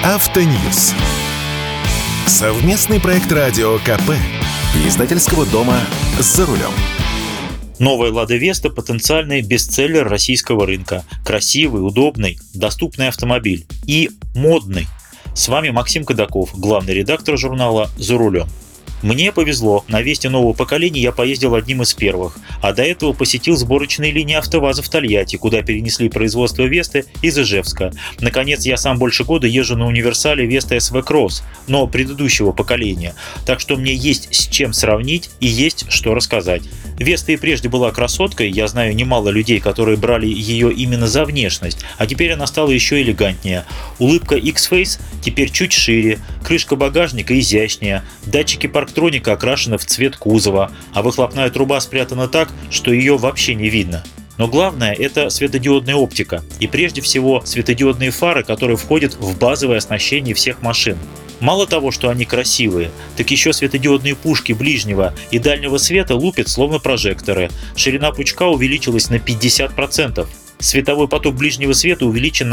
Автоньюз. Совместный проект радио КП. Издательского дома «За рулем». Новая «Лада Веста» – потенциальный бестселлер российского рынка. Красивый, удобный, доступный автомобиль. И модный. С вами Максим Кадаков, главный редактор журнала «За рулем». Мне повезло, на Весте нового поколения я поездил одним из первых, а до этого посетил сборочные линии АвтоВАЗа в Тольятти, куда перенесли производство Весты из Ижевска. Наконец, я сам больше года езжу на универсале Веста SV Cross, но предыдущего поколения, так что мне есть с чем сравнить и есть что рассказать. Веста и прежде была красоткой, я знаю немало людей, которые брали ее именно за внешность, а теперь она стала еще элегантнее. Улыбка X-Face теперь чуть шире, крышка багажника изящнее, датчики парктроника окрашены в цвет кузова, а выхлопная труба спрятана так, что ее вообще не видно. Но главное – это светодиодная оптика, и прежде всего светодиодные фары, которые входят в базовое оснащение всех машин. Мало того, что они красивые, так еще светодиодные пушки ближнего и дальнего света лупят словно прожекторы. Ширина пучка увеличилась на 50%. Световой поток ближнего света увеличен на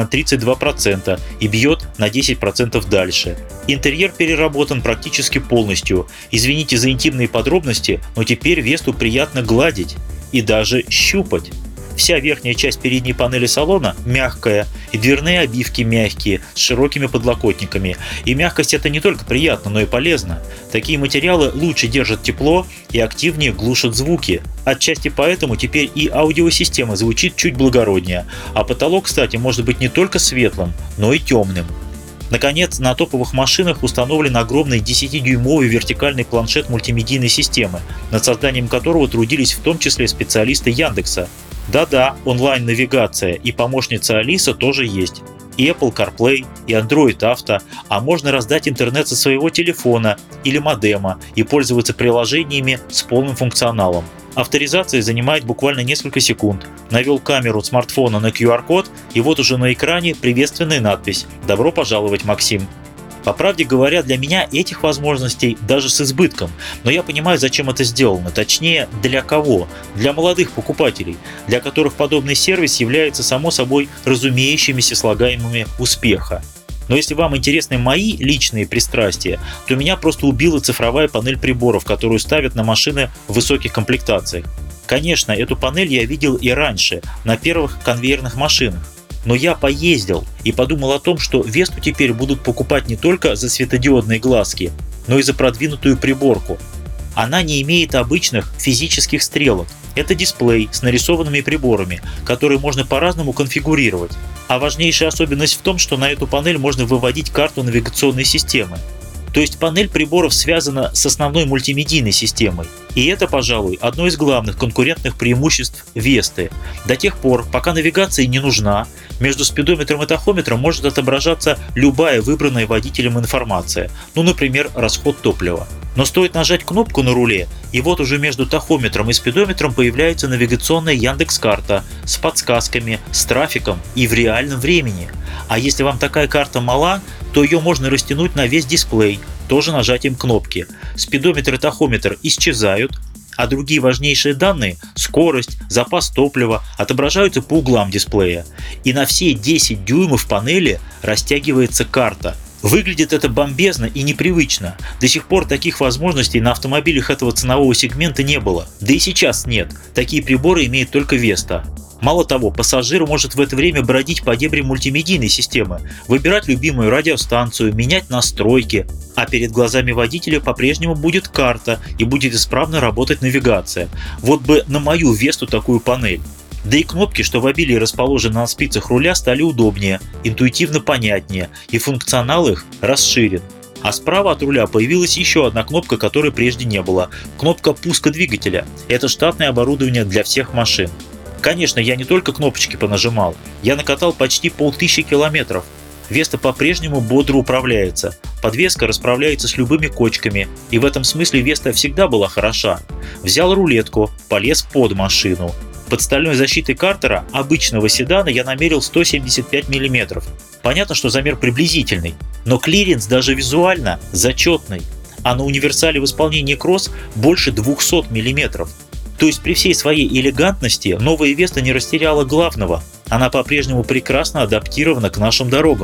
32% и бьет на 10% дальше. Интерьер переработан практически полностью. Извините за интимные подробности, но теперь Весту приятно гладить и даже щупать. Вся верхняя часть передней панели салона мягкая, и дверные обивки мягкие, с широкими подлокотниками. И мягкость это не только приятно, но и полезно. Такие материалы лучше держат тепло и активнее глушат звуки. Отчасти поэтому теперь и аудиосистема звучит чуть благороднее. А потолок, кстати, может быть не только светлым, но и темным. Наконец, на топовых машинах установлен огромный 10-дюймовый вертикальный планшет мультимедийной системы, над созданием которого трудились в том числе специалисты Яндекса. Да-да, онлайн-навигация и помощница Алиса тоже есть. И Apple CarPlay, и Android Auto, а можно раздать интернет со своего телефона или модема и пользоваться приложениями с полным функционалом. Авторизация занимает буквально несколько секунд. Навел камеру смартфона на QR-код, и вот уже на экране приветственная надпись «Добро пожаловать, Максим». По правде говоря, для меня этих возможностей даже с избытком, но я понимаю, зачем это сделано, точнее, для кого? Для молодых покупателей, для которых подобный сервис является само собой разумеющимися слагаемыми успеха. Но если вам интересны мои личные пристрастия, то меня просто убила цифровая панель приборов, которую ставят на машины в высоких комплектациях. Конечно, эту панель я видел и раньше, на первых конвейерных машинах. Но я поездил и подумал о том, что Весту теперь будут покупать не только за светодиодные глазки, но и за продвинутую приборку. Она не имеет обычных физических стрелок. Это дисплей с нарисованными приборами, которые можно по-разному конфигурировать. А важнейшая особенность в том, что на эту панель можно выводить карту навигационной системы. То есть панель приборов связана с основной мультимедийной системой. И это, пожалуй, одно из главных конкурентных преимуществ Весты. До тех пор, пока навигация не нужна, между спидометром и тахометром может отображаться любая выбранная водителем информация, например, расход топлива. Но стоит нажать кнопку на руле, и вот уже между тахометром и спидометром появляется навигационная Яндекс.Карта с подсказками, с трафиком и в реальном времени. А если вам такая карта мала, то ее можно растянуть на весь дисплей, тоже нажатием кнопки. Спидометр и тахометр исчезают, а другие важнейшие данные – скорость, запас топлива – отображаются по углам дисплея. И на все 10 дюймов панели растягивается карта. Выглядит это бомбезно и непривычно. До сих пор таких возможностей на автомобилях этого ценового сегмента не было. Да и сейчас нет. Такие приборы имеет только Веста. Мало того, пассажир может в это время бродить по дебрям мультимедийной системы, выбирать любимую радиостанцию, менять настройки, а перед глазами водителя по-прежнему будет карта и будет исправно работать навигация. Вот бы на мою Весту такую панель. Да и кнопки, что в обилии расположены на спицах руля, стали удобнее, интуитивно понятнее, и функционал их расширен. А справа от руля появилась еще одна кнопка, которой прежде не было – кнопка пуска двигателя. Это штатное оборудование для всех машин. Конечно, я не только кнопочки понажимал, я накатал почти 1500 километров. Веста по-прежнему бодро управляется, подвеска расправляется с любыми кочками, и в этом смысле Веста всегда была хороша. Взял рулетку, полез под машину. Под стальной защитой картера обычного седана я намерил 175 мм. Понятно, что замер приблизительный, но клиренс даже визуально зачетный, а на универсале в исполнении Cross больше 200 мм. То есть при всей своей элегантности новая Веста не растеряла главного – она по-прежнему прекрасно адаптирована к нашим дорогам.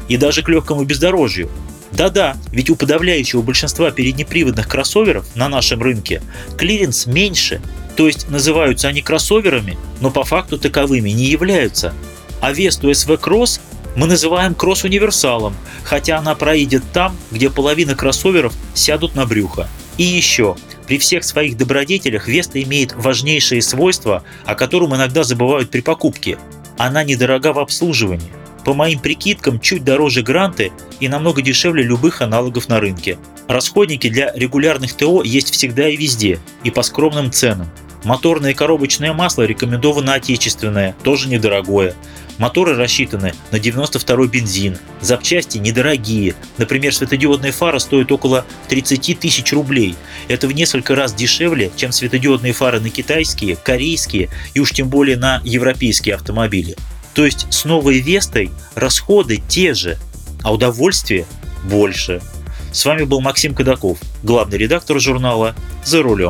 и даже к легкому бездорожью. Да-да, ведь у подавляющего большинства переднеприводных кроссоверов на нашем рынке клиренс меньше, то есть называются они кроссоверами, но по факту таковыми не являются. А Весту SV Cross мы называем кросс-универсалом, хотя она проедет там, где половина кроссоверов сядут на брюхо. И еще, при всех своих добродетелях Веста имеет важнейшие свойства, о котором иногда забывают при покупке. Она недорога в обслуживании. По моим прикидкам, чуть дороже Гранты и намного дешевле любых аналогов на рынке. Расходники для регулярных ТО есть всегда и везде, и по скромным ценам. Моторное и коробочное масло рекомендовано отечественное, тоже недорогое. Моторы рассчитаны на 92-й бензин, запчасти недорогие. Например, светодиодная фара стоит около 30 тысяч рублей. Это в несколько раз дешевле, чем светодиодные фары на китайские, корейские и уж тем более на европейские автомобили. То есть с новой Вестой расходы те же, а удовольствие больше. С вами был Максим Кадаков, главный редактор журнала «За рулем».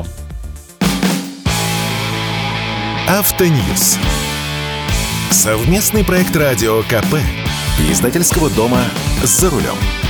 Автоньюз. Совместный проект радио КП. Издательского дома «За рулем».